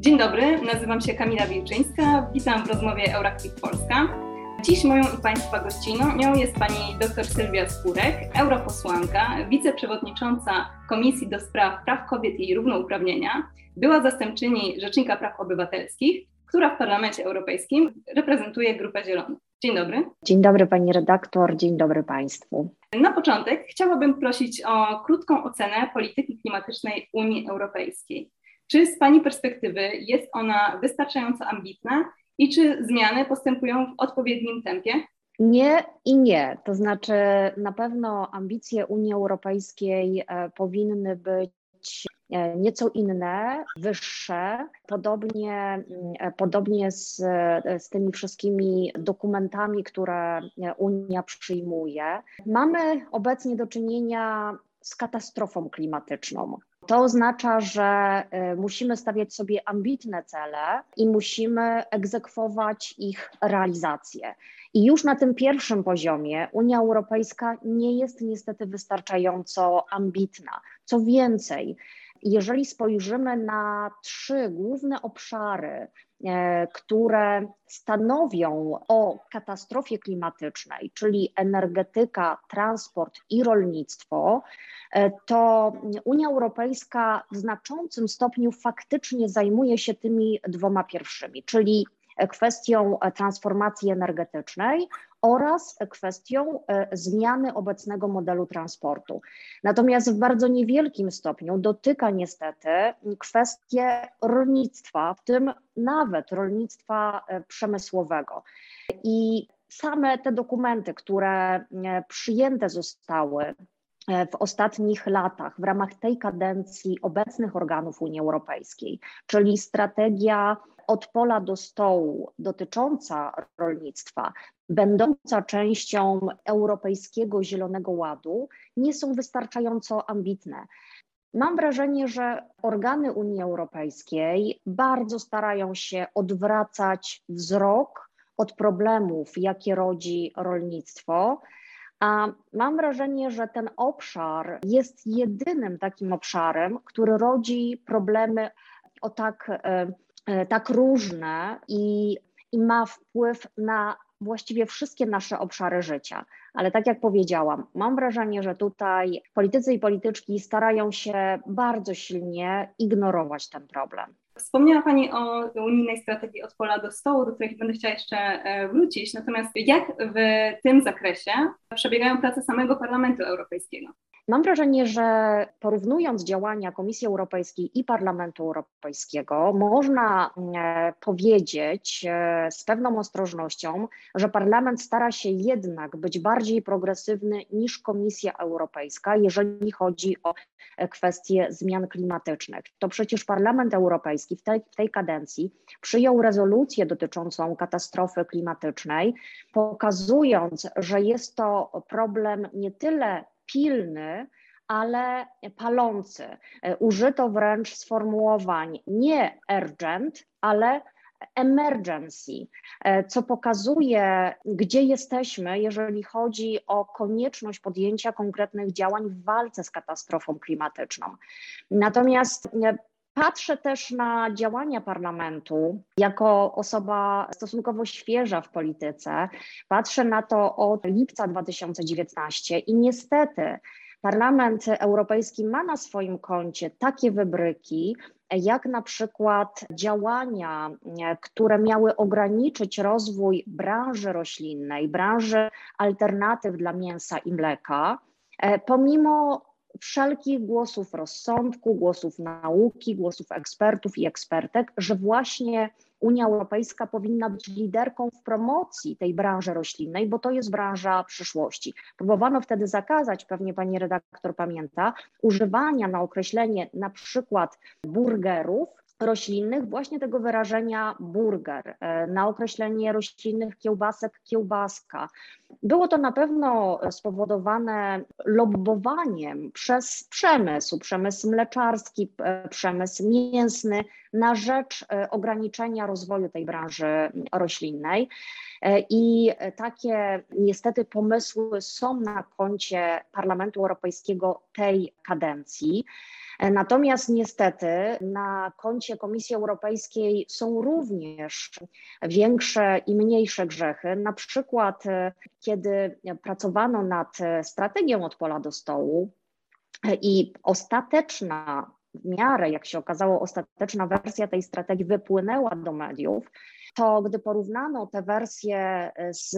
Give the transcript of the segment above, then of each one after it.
Dzień dobry, nazywam się Kamila Wilczyńska, witam w rozmowie Euractiv Polska. Dziś moją i Państwa gościnią jest pani dr Sylwia Spurek, europosłanka, wiceprzewodnicząca Komisji do Spraw Praw Kobiet i Równouprawnienia, była zastępczyni Rzecznika Praw Obywatelskich, która w Parlamencie Europejskim reprezentuje Grupę Zielonych. Dzień dobry. Dzień dobry pani redaktor, dzień dobry Państwu. Na początek chciałabym prosić o krótką ocenę polityki klimatycznej Unii Europejskiej. Czy z Pani perspektywy jest ona wystarczająco ambitna i czy zmiany postępują w odpowiednim tempie? Nie i nie. To znaczy na pewno ambicje Unii Europejskiej powinny być nieco inne, wyższe, podobnie z tymi wszystkimi dokumentami, które Unia przyjmuje. Mamy obecnie do czynienia z katastrofą klimatyczną. To oznacza, że musimy stawiać sobie ambitne cele i musimy egzekwować ich realizację. I już na tym pierwszym poziomie Unia Europejska nie jest niestety wystarczająco ambitna. Co więcej, jeżeli spojrzymy na 3 główne obszary, które stanowią o katastrofie klimatycznej, czyli energetyka, transport i rolnictwo, to Unia Europejska w znaczącym stopniu faktycznie zajmuje się tymi 2 pierwszymi, czyli kwestią transformacji energetycznej oraz kwestią zmiany obecnego modelu transportu. Natomiast w bardzo niewielkim stopniu dotyka niestety kwestie rolnictwa, w tym nawet rolnictwa przemysłowego. I same te dokumenty, które przyjęte zostały w ostatnich latach w ramach tej kadencji obecnych organów Unii Europejskiej, czyli strategia od pola do stołu dotycząca rolnictwa, będąca częścią Europejskiego Zielonego Ładu, nie są wystarczająco ambitne. Mam wrażenie, że organy Unii Europejskiej bardzo starają się odwracać wzrok od problemów, jakie rodzi rolnictwo, a mam wrażenie, że ten obszar jest jedynym takim obszarem, który rodzi problemy o tak różne i ma wpływ na właściwie wszystkie nasze obszary życia. Ale tak jak powiedziałam, mam wrażenie, że tutaj politycy i polityczki starają się bardzo silnie ignorować ten problem. Wspomniała Pani o unijnej strategii od pola do stołu, do której będę chciała jeszcze wrócić. Natomiast jak w tym zakresie przebiegają prace samego Parlamentu Europejskiego? Mam wrażenie, że porównując działania Komisji Europejskiej i Parlamentu Europejskiego, można powiedzieć z pewną ostrożnością, że Parlament stara się jednak być bardziej progresywny niż Komisja Europejska, jeżeli chodzi o kwestie zmian klimatycznych. To przecież Parlament Europejski w tej kadencji przyjął rezolucję dotyczącą katastrofy klimatycznej, pokazując, że jest to problem nie tyle pilny, ale palący. Użyto wręcz sformułowań nie urgent, ale emergency, co pokazuje, gdzie jesteśmy, jeżeli chodzi o konieczność podjęcia konkretnych działań w walce z katastrofą klimatyczną. Natomiast patrzę też na działania parlamentu jako osoba stosunkowo świeża w polityce. Patrzę na to od lipca 2019 i niestety Parlament Europejski ma na swoim koncie takie wybryki, jak na przykład działania, które miały ograniczyć rozwój branży roślinnej, branży alternatyw dla mięsa i mleka, pomimo wszelkich głosów rozsądku, głosów nauki, głosów ekspertów i ekspertek, że właśnie Unia Europejska powinna być liderką w promocji tej branży roślinnej, bo to jest branża przyszłości. Próbowano wtedy zakazać, pewnie pani redaktor pamięta, używania na określenie na przykład burgerów roślinnych właśnie tego wyrażenia burger, na określenie roślinnych kiełbasek kiełbaska. Było to na pewno spowodowane lobbowaniem przez przemysł mleczarski, przemysł mięsny na rzecz ograniczenia rozwoju tej branży roślinnej. I takie niestety pomysły są na koncie Parlamentu Europejskiego tej kadencji. Natomiast niestety na koncie raporcie Komisji Europejskiej są również większe i mniejsze grzechy. Na przykład, kiedy pracowano nad strategią od pola do stołu i ostateczna, w miarę, jak się okazało, ostateczna wersja tej strategii wypłynęła do mediów, to gdy porównano tę wersję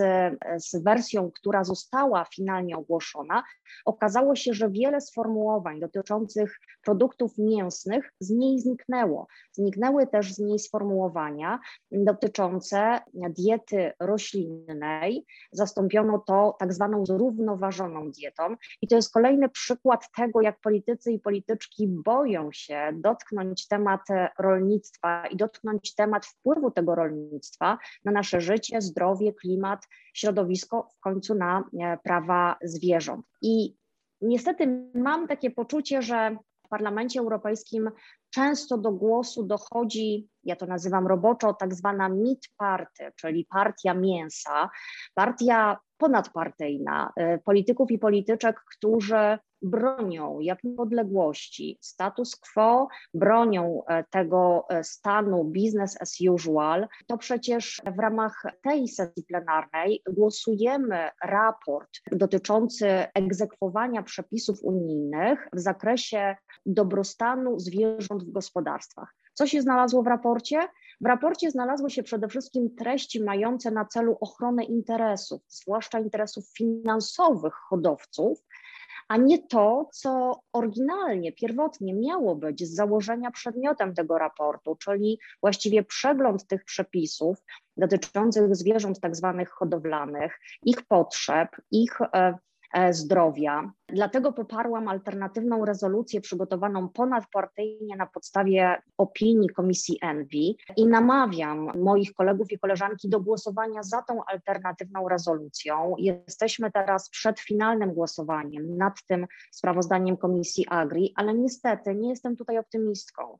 z wersją, która została finalnie ogłoszona, okazało się, że wiele sformułowań dotyczących produktów mięsnych z niej zniknęło. Zniknęły też z niej sformułowania dotyczące diety roślinnej. Zastąpiono to tak zwaną zrównoważoną dietą. I to jest kolejny przykład tego, jak politycy i polityczki boją się dotknąć temat rolnictwa i dotknąć temat wpływu tego rolnictwa na nasze życie, zdrowie, klimat, środowisko, w końcu na prawa zwierząt. I niestety mam takie poczucie, że w Parlamencie Europejskim często do głosu dochodzi, ja to nazywam roboczo, tak zwana meat party, czyli partia mięsa, partia ponadpartyjna, polityków i polityczek, którzy bronią jak niepodległości, status quo, bronią tego stanu business as usual. To przecież w ramach tej sesji plenarnej głosujemy raport dotyczący egzekwowania przepisów unijnych w zakresie dobrostanu zwierząt w gospodarstwach. Co się znalazło w raporcie? W raporcie znalazły się przede wszystkim treści mające na celu ochronę interesów, zwłaszcza interesów finansowych hodowców, a nie to, co oryginalnie, pierwotnie miało być z założenia przedmiotem tego raportu, czyli właściwie przegląd tych przepisów dotyczących zwierząt tak zwanych hodowlanych, ich potrzeb, ich zdrowia. Dlatego poparłam alternatywną rezolucję przygotowaną ponadpartyjnie na podstawie opinii Komisji ENVI i namawiam moich kolegów i koleżanki do głosowania za tą alternatywną rezolucją. Jesteśmy teraz przed finalnym głosowaniem nad tym sprawozdaniem Komisji Agri, ale niestety nie jestem tutaj optymistką.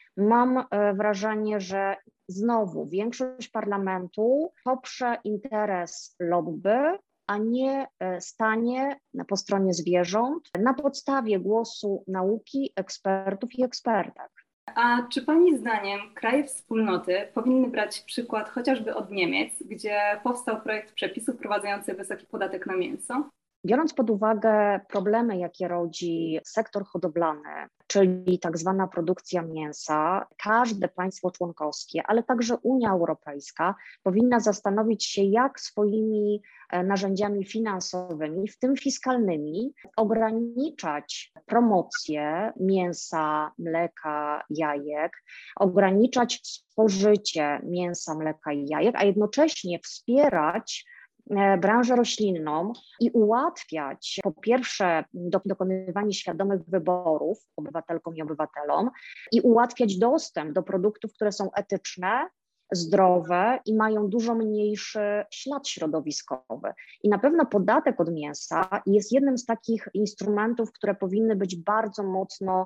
Mam wrażenie, że znowu większość parlamentu poprze interes lobby, a nie stanie po stronie zwierząt na podstawie głosu nauki, ekspertów i ekspertek. A czy Pani zdaniem kraje wspólnoty powinny brać przykład chociażby od Niemiec, gdzie powstał projekt przepisu wprowadzający wysoki podatek na mięso? Biorąc pod uwagę problemy, jakie rodzi sektor hodowlany, czyli tak zwana produkcja mięsa, każde państwo członkowskie, ale także Unia Europejska powinna zastanowić się, jak swoimi narzędziami finansowymi, w tym fiskalnymi, ograniczać promocję mięsa, mleka, jajek, ograniczać spożycie mięsa, mleka i jajek, a jednocześnie wspierać branżę roślinną i ułatwiać po pierwsze dokonywanie świadomych wyborów obywatelkom i obywatelom i ułatwiać dostęp do produktów, które są etyczne, zdrowe i mają dużo mniejszy ślad środowiskowy. I na pewno podatek od mięsa jest jednym z takich instrumentów, które powinny być bardzo mocno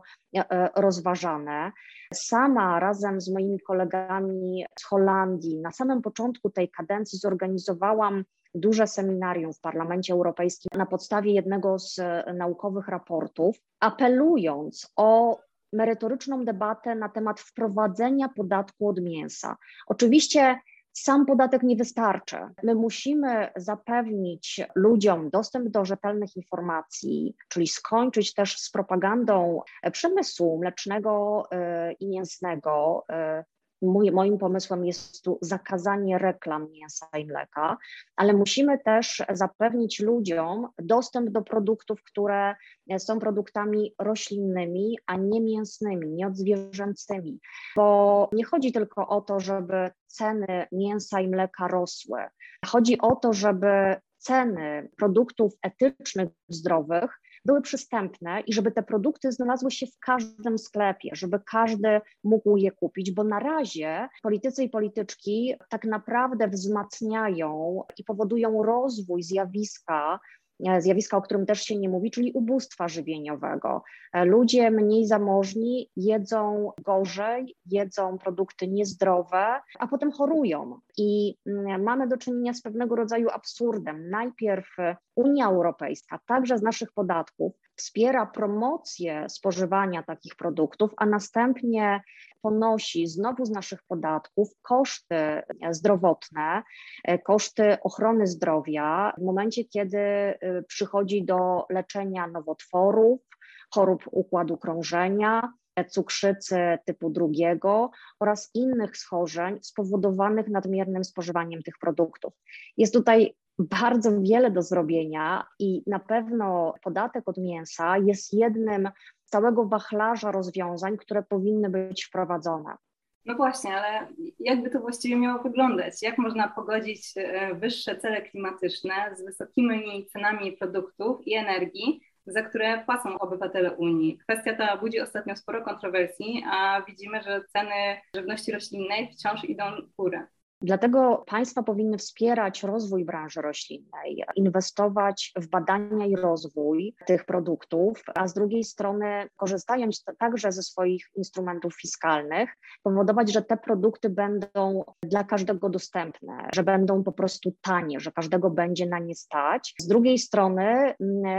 rozważane. Sama razem z moimi kolegami z Holandii na samym początku tej kadencji zorganizowałam duże seminarium w Parlamencie Europejskim na podstawie jednego z naukowych raportów, apelując o merytoryczną debatę na temat wprowadzenia podatku od mięsa. Oczywiście sam podatek nie wystarczy. My musimy zapewnić ludziom dostęp do rzetelnych informacji, czyli skończyć też z propagandą przemysłu mlecznego i mięsnego. Moim pomysłem jest tu zakazanie reklam mięsa i mleka, ale musimy też zapewnić ludziom dostęp do produktów, które są produktami roślinnymi, a nie mięsnymi, nie odzwierzęcymi, bo nie chodzi tylko o to, żeby ceny mięsa i mleka rosły. Chodzi o to, żeby ceny produktów etycznych, zdrowych były przystępne i żeby te produkty znalazły się w każdym sklepie, żeby każdy mógł je kupić, bo na razie politycy i polityczki tak naprawdę wzmacniają i powodują rozwój zjawiska, o którym też się nie mówi, czyli ubóstwa żywieniowego. Ludzie mniej zamożni jedzą gorzej, jedzą produkty niezdrowe, a potem chorują. I mamy do czynienia z pewnego rodzaju absurdem. Najpierw Unia Europejska, także z naszych podatków, wspiera promocję spożywania takich produktów, a następnie ponosi znowu z naszych podatków koszty zdrowotne, koszty ochrony zdrowia w momencie, kiedy przychodzi do leczenia nowotworów, chorób układu krążenia, cukrzycy typu 2 oraz innych schorzeń spowodowanych nadmiernym spożywaniem tych produktów. Jest tutaj bardzo wiele do zrobienia i na pewno podatek od mięsa jest jednym z całego wachlarza rozwiązań, które powinny być wprowadzone. No właśnie, ale jakby to właściwie miało wyglądać? Jak można pogodzić wyższe cele klimatyczne z wysokimi cenami produktów i energii, za które płacą obywatele Unii? Kwestia ta budzi ostatnio sporo kontrowersji, a widzimy, że ceny żywności roślinnej wciąż idą w górę. Dlatego państwa powinny wspierać rozwój branży roślinnej, inwestować w badania i rozwój tych produktów, a z drugiej strony, korzystając także ze swoich instrumentów fiskalnych, powodować, że te produkty będą dla każdego dostępne, że będą po prostu tanie, że każdego będzie na nie stać. Z drugiej strony,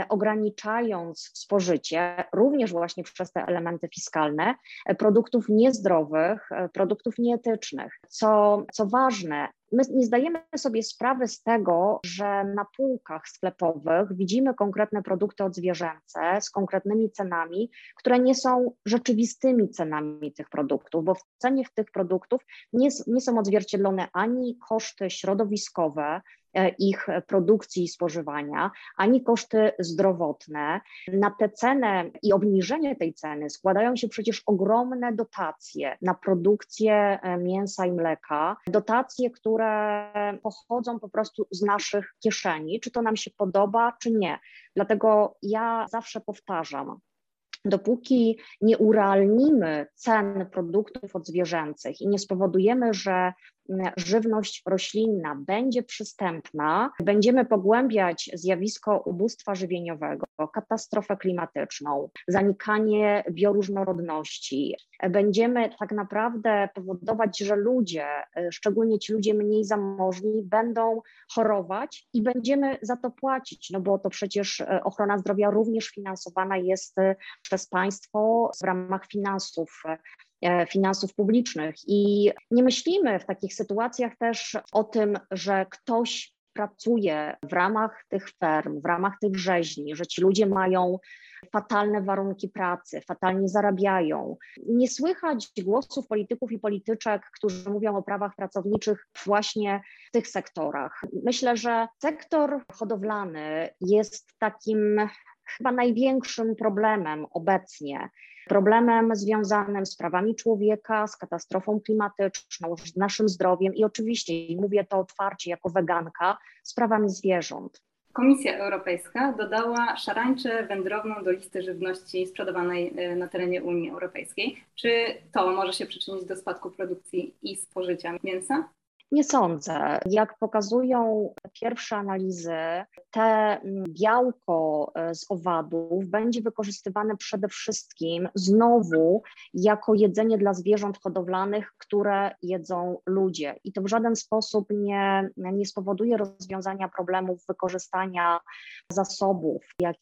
ograniczając spożycie, również właśnie przez te elementy fiskalne, produktów niezdrowych, produktów nieetycznych. Co ważne, my nie zdajemy sobie sprawy z tego, że na półkach sklepowych widzimy konkretne produkty odzwierzęce z konkretnymi cenami, które nie są rzeczywistymi cenami tych produktów, bo w cenie tych produktów nie są odzwierciedlone ani koszty środowiskowe ich produkcji i spożywania, ani koszty zdrowotne. Na tę cenę i obniżenie tej ceny składają się przecież ogromne dotacje na produkcję mięsa i mleka, dotacje, które pochodzą po prostu z naszych kieszeni, czy to nam się podoba, czy nie. Dlatego ja zawsze powtarzam, dopóki nie urealnimy cen produktów odzwierzęcych i nie spowodujemy, że żywność roślinna będzie przystępna, będziemy pogłębiać zjawisko ubóstwa żywieniowego, katastrofę klimatyczną, zanikanie bioróżnorodności. Będziemy tak naprawdę powodować, że ludzie, szczególnie ci ludzie mniej zamożni, będą chorować i będziemy za to płacić, no bo to przecież ochrona zdrowia również finansowana jest przez państwo w ramach finansów publicznych i nie myślimy w takich sytuacjach też o tym, że ktoś pracuje w ramach tych ferm, w ramach tych rzeźni, że ci ludzie mają fatalne warunki pracy, fatalnie zarabiają. Nie słychać głosów polityków i polityczek, którzy mówią o prawach pracowniczych właśnie w tych sektorach. Myślę, że sektor hodowlany jest takim chyba największym problemem obecnie. Problemem związanym z prawami człowieka, z katastrofą klimatyczną, z naszym zdrowiem i oczywiście, i mówię to otwarcie jako weganka, z prawami zwierząt. Komisja Europejska dodała szarańczę wędrowną do listy żywności sprzedawanej na terenie Unii Europejskiej. Czy to może się przyczynić do spadku produkcji i spożycia mięsa? Nie sądzę. Jak pokazują pierwsze analizy, te białko z owadów będzie wykorzystywane przede wszystkim znowu jako jedzenie dla zwierząt hodowlanych, które jedzą ludzie. I to w żaden sposób nie spowoduje rozwiązania problemów wykorzystania zasobów,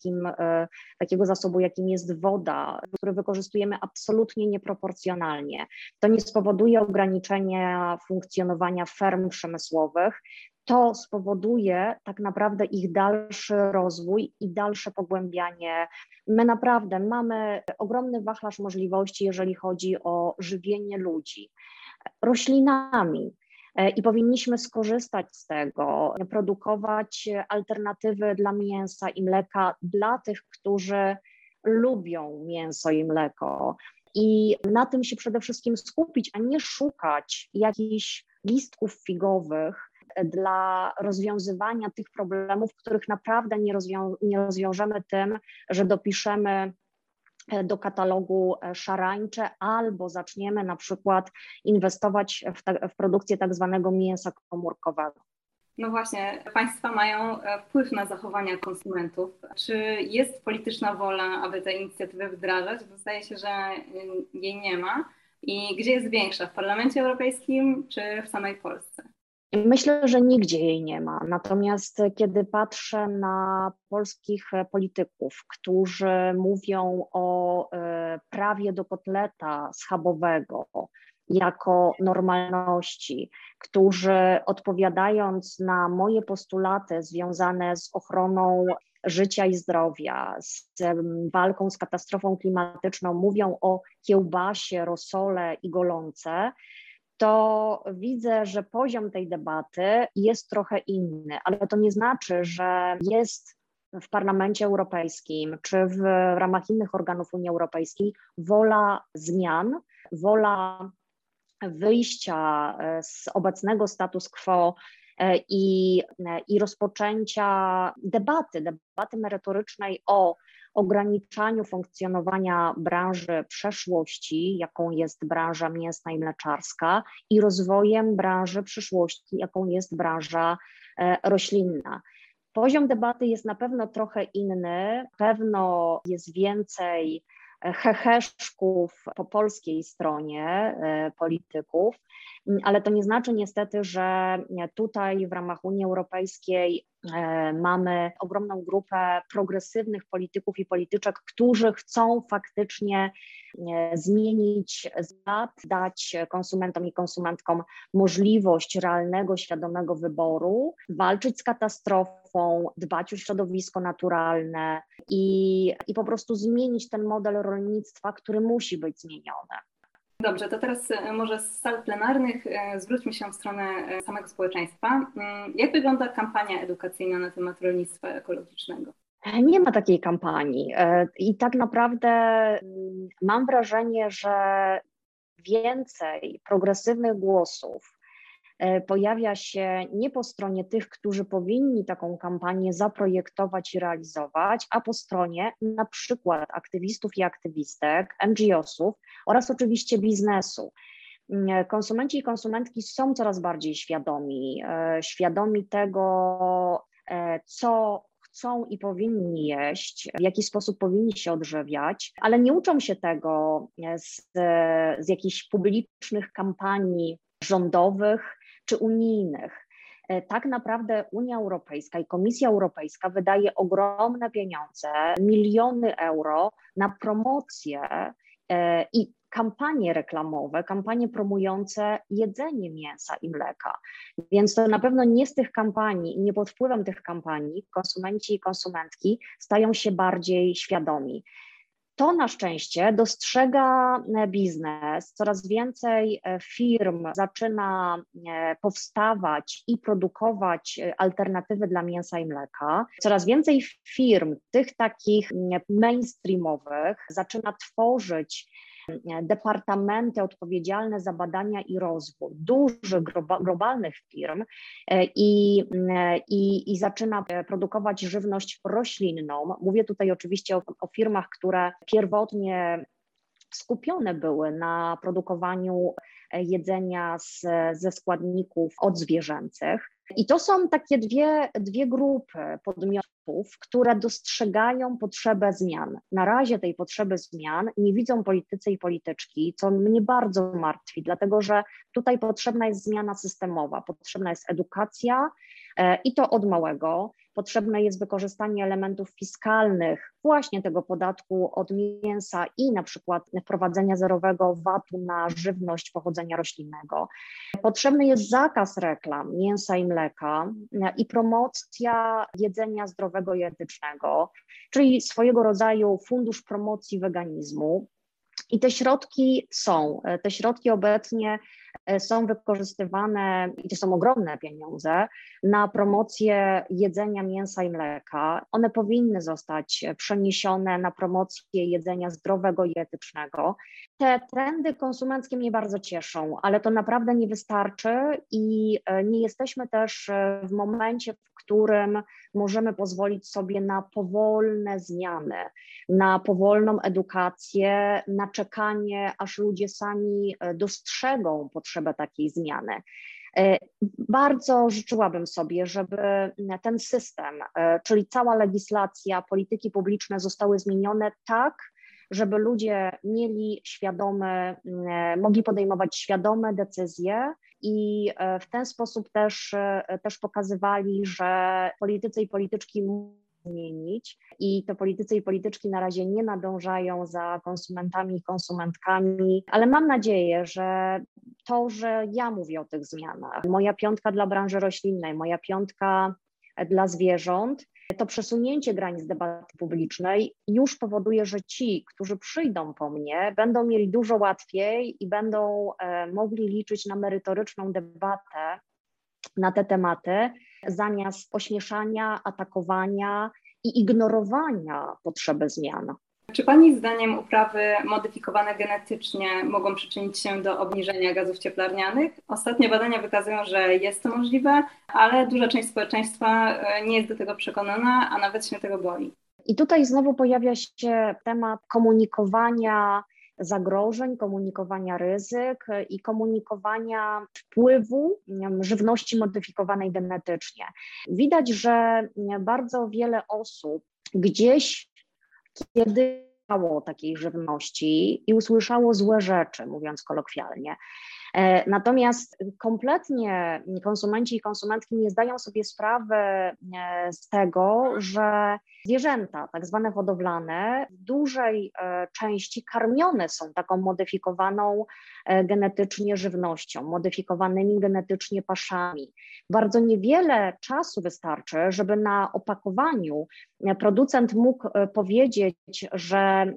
takiego zasobu, jakim jest woda, który wykorzystujemy absolutnie nieproporcjonalnie. To nie spowoduje ograniczenia funkcjonowania ferm przemysłowych, to spowoduje tak naprawdę ich dalszy rozwój i dalsze pogłębianie. My naprawdę mamy ogromny wachlarz możliwości, jeżeli chodzi o żywienie ludzi roślinami. I powinniśmy skorzystać z tego, produkować alternatywy dla mięsa i mleka dla tych, którzy lubią mięso i mleko. I na tym się przede wszystkim skupić, a nie szukać jakichś listków figowych dla rozwiązywania tych problemów, których naprawdę nie rozwiążemy tym, że dopiszemy do katalogu szarańcze albo zaczniemy na przykład inwestować w produkcję tak zwanego mięsa komórkowego. No właśnie, państwa mają wpływ na zachowania konsumentów. Czy jest polityczna wola, aby te inicjatywy wdrażać? Bo zdaje się, że jej nie ma. I gdzie jest większa? W Parlamencie Europejskim czy w samej Polsce? Myślę, że nigdzie jej nie ma. Natomiast kiedy patrzę na polskich polityków, którzy mówią o prawie do kotleta schabowego jako normalności, którzy odpowiadając na moje postulaty związane z ochroną życia i zdrowia, z walką z katastrofą klimatyczną, mówią o kiełbasie, rosole i golonce, to widzę, że poziom tej debaty jest trochę inny, ale to nie znaczy, że jest w Parlamencie Europejskim czy w ramach innych organów Unii Europejskiej wola zmian, wola wyjścia z obecnego status quo i rozpoczęcia debaty merytorycznej o ograniczaniu funkcjonowania branży przeszłości, jaką jest branża mięsna i mleczarska, i rozwojem branży przyszłości, jaką jest branża roślinna. Poziom debaty jest na pewno trochę inny, pewno jest więcej heheszków po polskiej stronie polityków, ale to nie znaczy niestety, że tutaj w ramach Unii Europejskiej mamy ogromną grupę progresywnych polityków i polityczek, którzy chcą faktycznie zmienić świat, dać konsumentom i konsumentkom możliwość realnego, świadomego wyboru, walczyć z katastrofą, dbać o środowisko naturalne i po prostu zmienić ten model rolnictwa, który musi być zmieniony. Dobrze, to teraz może z sal plenarnych zwróćmy się w stronę samego społeczeństwa. Jak wygląda kampania edukacyjna na temat rolnictwa ekologicznego? Nie ma takiej kampanii i tak naprawdę mam wrażenie, że więcej progresywnych głosów pojawia się nie po stronie tych, którzy powinni taką kampanię zaprojektować i realizować, a po stronie na przykład aktywistów i aktywistek, NGO-sów oraz oczywiście biznesu. Konsumenci i konsumentki są coraz bardziej świadomi tego, co chcą i powinni jeść, w jaki sposób powinni się odżywiać, ale nie uczą się tego z jakichś publicznych kampanii rządowych czy unijnych. Tak naprawdę Unia Europejska i Komisja Europejska wydaje ogromne pieniądze, miliony euro na promocję i kampanie reklamowe, kampanie promujące jedzenie mięsa i mleka. Więc to na pewno nie z tych kampanii i nie pod wpływem tych kampanii konsumenci i konsumentki stają się bardziej świadomi. To na szczęście dostrzega biznes, coraz więcej firm zaczyna powstawać i produkować alternatywy dla mięsa i mleka. Coraz więcej firm, tych takich mainstreamowych, zaczyna tworzyć departamenty odpowiedzialne za badania i rozwój dużych, globalnych firm i zaczyna produkować żywność roślinną. Mówię tutaj oczywiście o firmach, które pierwotnie skupione były na produkowaniu jedzenia ze składników odzwierzęcych. I to są takie dwie grupy podmiotów, które dostrzegają potrzebę zmian. Na razie tej potrzeby zmian nie widzą politycy i polityczki, co mnie bardzo martwi, dlatego że tutaj potrzebna jest zmiana systemowa, potrzebna jest edukacja i to od małego. Potrzebne jest wykorzystanie elementów fiskalnych, właśnie tego podatku od mięsa i na przykład wprowadzenia zerowego VAT-u na żywność pochodzenia roślinnego. Potrzebny jest zakaz reklam mięsa i mleka i promocja jedzenia zdrowego i etycznego, czyli swojego rodzaju fundusz promocji weganizmu. I te środki obecnie są wykorzystywane, i to są ogromne pieniądze, na promocję jedzenia mięsa i mleka. One powinny zostać przeniesione na promocję jedzenia zdrowego i etycznego. Te trendy konsumenckie mnie bardzo cieszą, ale to naprawdę nie wystarczy i nie jesteśmy też w momencie, w którym możemy pozwolić sobie na powolne zmiany, na powolną edukację, na czekanie, aż ludzie sami dostrzegą potrzebę takiej zmiany. Bardzo życzyłabym sobie, żeby ten system, czyli cała legislacja, polityki publiczne zostały zmienione tak, żeby ludzie mogli podejmować świadome decyzje i w ten sposób też pokazywali, że politycy i polityczki zmienić i to politycy i polityczki na razie nie nadążają za konsumentami i konsumentkami, ale mam nadzieję, że to, że ja mówię o tych zmianach, moja piątka dla branży roślinnej, moja piątka dla zwierząt, to przesunięcie granic debaty publicznej już powoduje, że ci, którzy przyjdą po mnie, będą mieli dużo łatwiej i będą mogli liczyć na merytoryczną debatę na te tematy, zamiast ośmieszania, atakowania i ignorowania potrzeby zmian. Czy Pani zdaniem uprawy modyfikowane genetycznie mogą przyczynić się do obniżenia gazów cieplarnianych? Ostatnie badania wykazują, że jest to możliwe, ale duża część społeczeństwa nie jest do tego przekonana, a nawet się tego boi. I tutaj znowu pojawia się temat komunikowania zagrożeń, komunikowania ryzyk i komunikowania wpływu żywności modyfikowanej genetycznie. Widać, że bardzo wiele osób gdzieś kiedy o takiej żywności i usłyszało złe rzeczy, mówiąc kolokwialnie. Natomiast kompletnie konsumenci i konsumentki nie zdają sobie sprawy z tego, że zwierzęta, tak zwane hodowlane, w dużej części karmione są taką modyfikowaną genetycznie żywnością, modyfikowanymi genetycznie paszami. Bardzo niewiele czasu wystarczy, żeby na opakowaniu producent mógł powiedzieć, że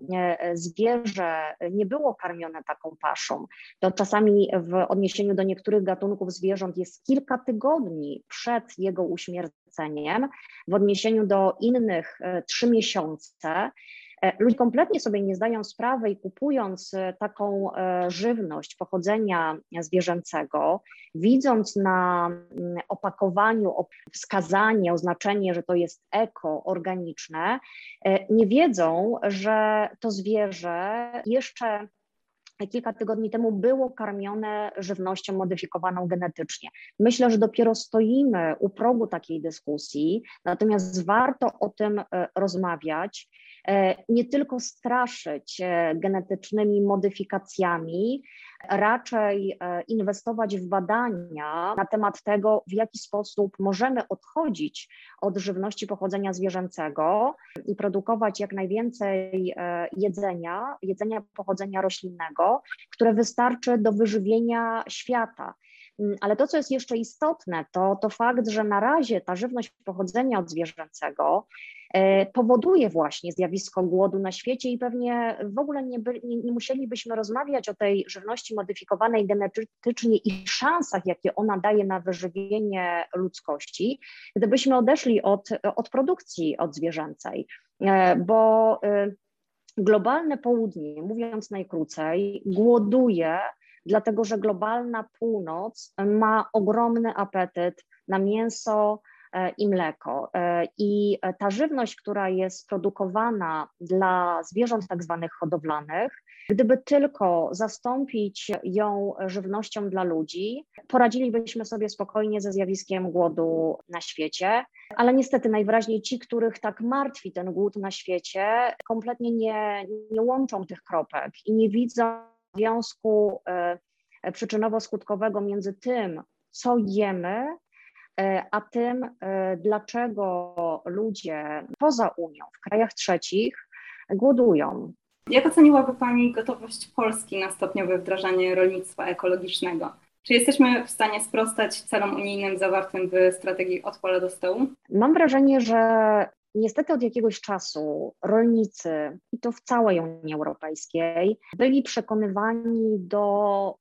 zwierzę nie było karmione taką paszą. To czasami w odniesieniu do niektórych gatunków zwierząt jest kilka tygodni przed jego uśmierceniem, w odniesieniu do innych 3 miesiące. Ludzie kompletnie sobie nie zdają sprawy i kupując taką żywność pochodzenia zwierzęcego, widząc na opakowaniu wskazanie, oznaczenie, że to jest ekoorganiczne, nie wiedzą, że to zwierzę jeszcze kilka tygodni temu było karmione żywnością modyfikowaną genetycznie. Myślę, że dopiero stoimy u progu takiej dyskusji, natomiast warto o tym rozmawiać, nie tylko straszyć genetycznymi modyfikacjami, raczej inwestować w badania na temat tego, w jaki sposób możemy odchodzić od żywności pochodzenia zwierzęcego i produkować jak najwięcej jedzenia pochodzenia roślinnego, które wystarczy do wyżywienia świata. Ale to, co jest jeszcze istotne, to fakt, że na razie ta żywność pochodzenia od zwierzęcego powoduje właśnie zjawisko głodu na świecie i pewnie w ogóle nie musielibyśmy rozmawiać o tej żywności modyfikowanej genetycznie i szansach, jakie ona daje na wyżywienie ludzkości, gdybyśmy odeszli od produkcji odzwierzęcej, bo globalne południe, mówiąc najkrócej, głoduje, dlatego że globalna północ ma ogromny apetyt na mięso i mleko. I ta żywność, która jest produkowana dla zwierząt tak zwanych hodowlanych, gdyby tylko zastąpić ją żywnością dla ludzi, poradzilibyśmy sobie spokojnie ze zjawiskiem głodu na świecie, ale niestety najwyraźniej ci, których tak martwi ten głód na świecie, kompletnie nie łączą tych kropek i nie widzą związku przyczynowo-skutkowego między tym, co jemy, a tym, dlaczego ludzie poza Unią, w krajach trzecich głodują. Jak oceniłaby Pani gotowość Polski na stopniowe wdrażanie rolnictwa ekologicznego? Czy jesteśmy w stanie sprostać celom unijnym zawartym w strategii Od pola do stołu? Mam wrażenie, że niestety od jakiegoś czasu rolnicy, i to w całej Unii Europejskiej, byli przekonywani do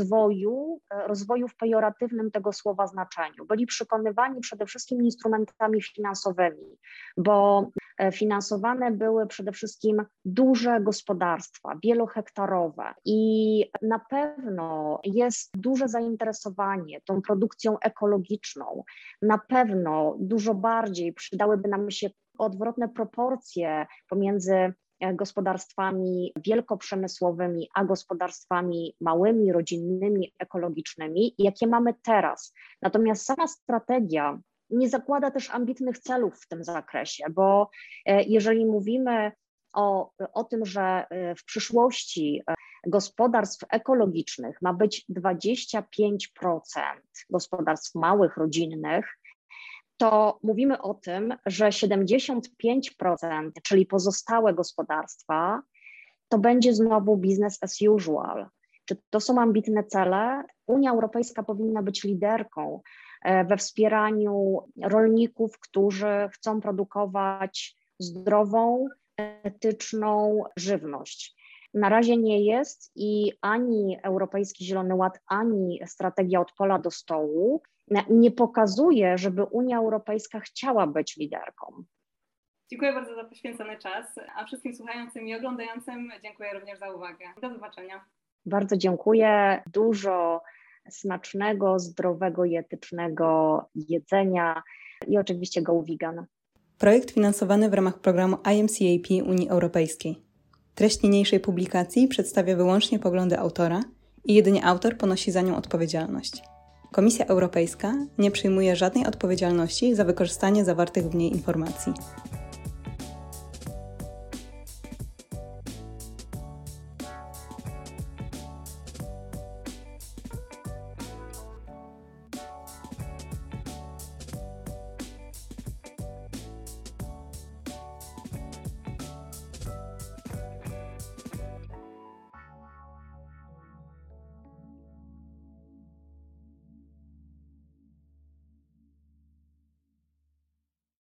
rozwoju w pejoratywnym tego słowa znaczeniu. Byli przekonywani przede wszystkim instrumentami finansowymi, bo finansowane były przede wszystkim duże gospodarstwa, wielohektarowe i na pewno jest duże zainteresowanie tą produkcją ekologiczną. Na pewno dużo bardziej przydałyby nam się odwrotne proporcje pomiędzy gospodarstwami wielkoprzemysłowymi, a gospodarstwami małymi, rodzinnymi, ekologicznymi, jakie mamy teraz. Natomiast sama strategia nie zakłada też ambitnych celów w tym zakresie, bo jeżeli mówimy o tym, że w przyszłości gospodarstw ekologicznych ma być 25% gospodarstw małych, rodzinnych, to mówimy o tym, że 75%, czyli pozostałe gospodarstwa, to będzie znowu business as usual. Czy to są ambitne cele? Unia Europejska powinna być liderką we wspieraniu rolników, którzy chcą produkować zdrową, etyczną żywność. Na razie nie jest i ani Europejski Zielony Ład, ani strategia od pola do stołu nie pokazuje, żeby Unia Europejska chciała być liderką. Dziękuję bardzo za poświęcony czas, a wszystkim słuchającym i oglądającym dziękuję również za uwagę. Do zobaczenia. Bardzo dziękuję. Dużo smacznego, zdrowego i etycznego jedzenia i oczywiście go vegan. Projekt finansowany w ramach programu IMCAP Unii Europejskiej. Treść niniejszej publikacji przedstawia wyłącznie poglądy autora i jedynie autor ponosi za nią odpowiedzialność. Komisja Europejska nie przyjmuje żadnej odpowiedzialności za wykorzystanie zawartych w niej informacji.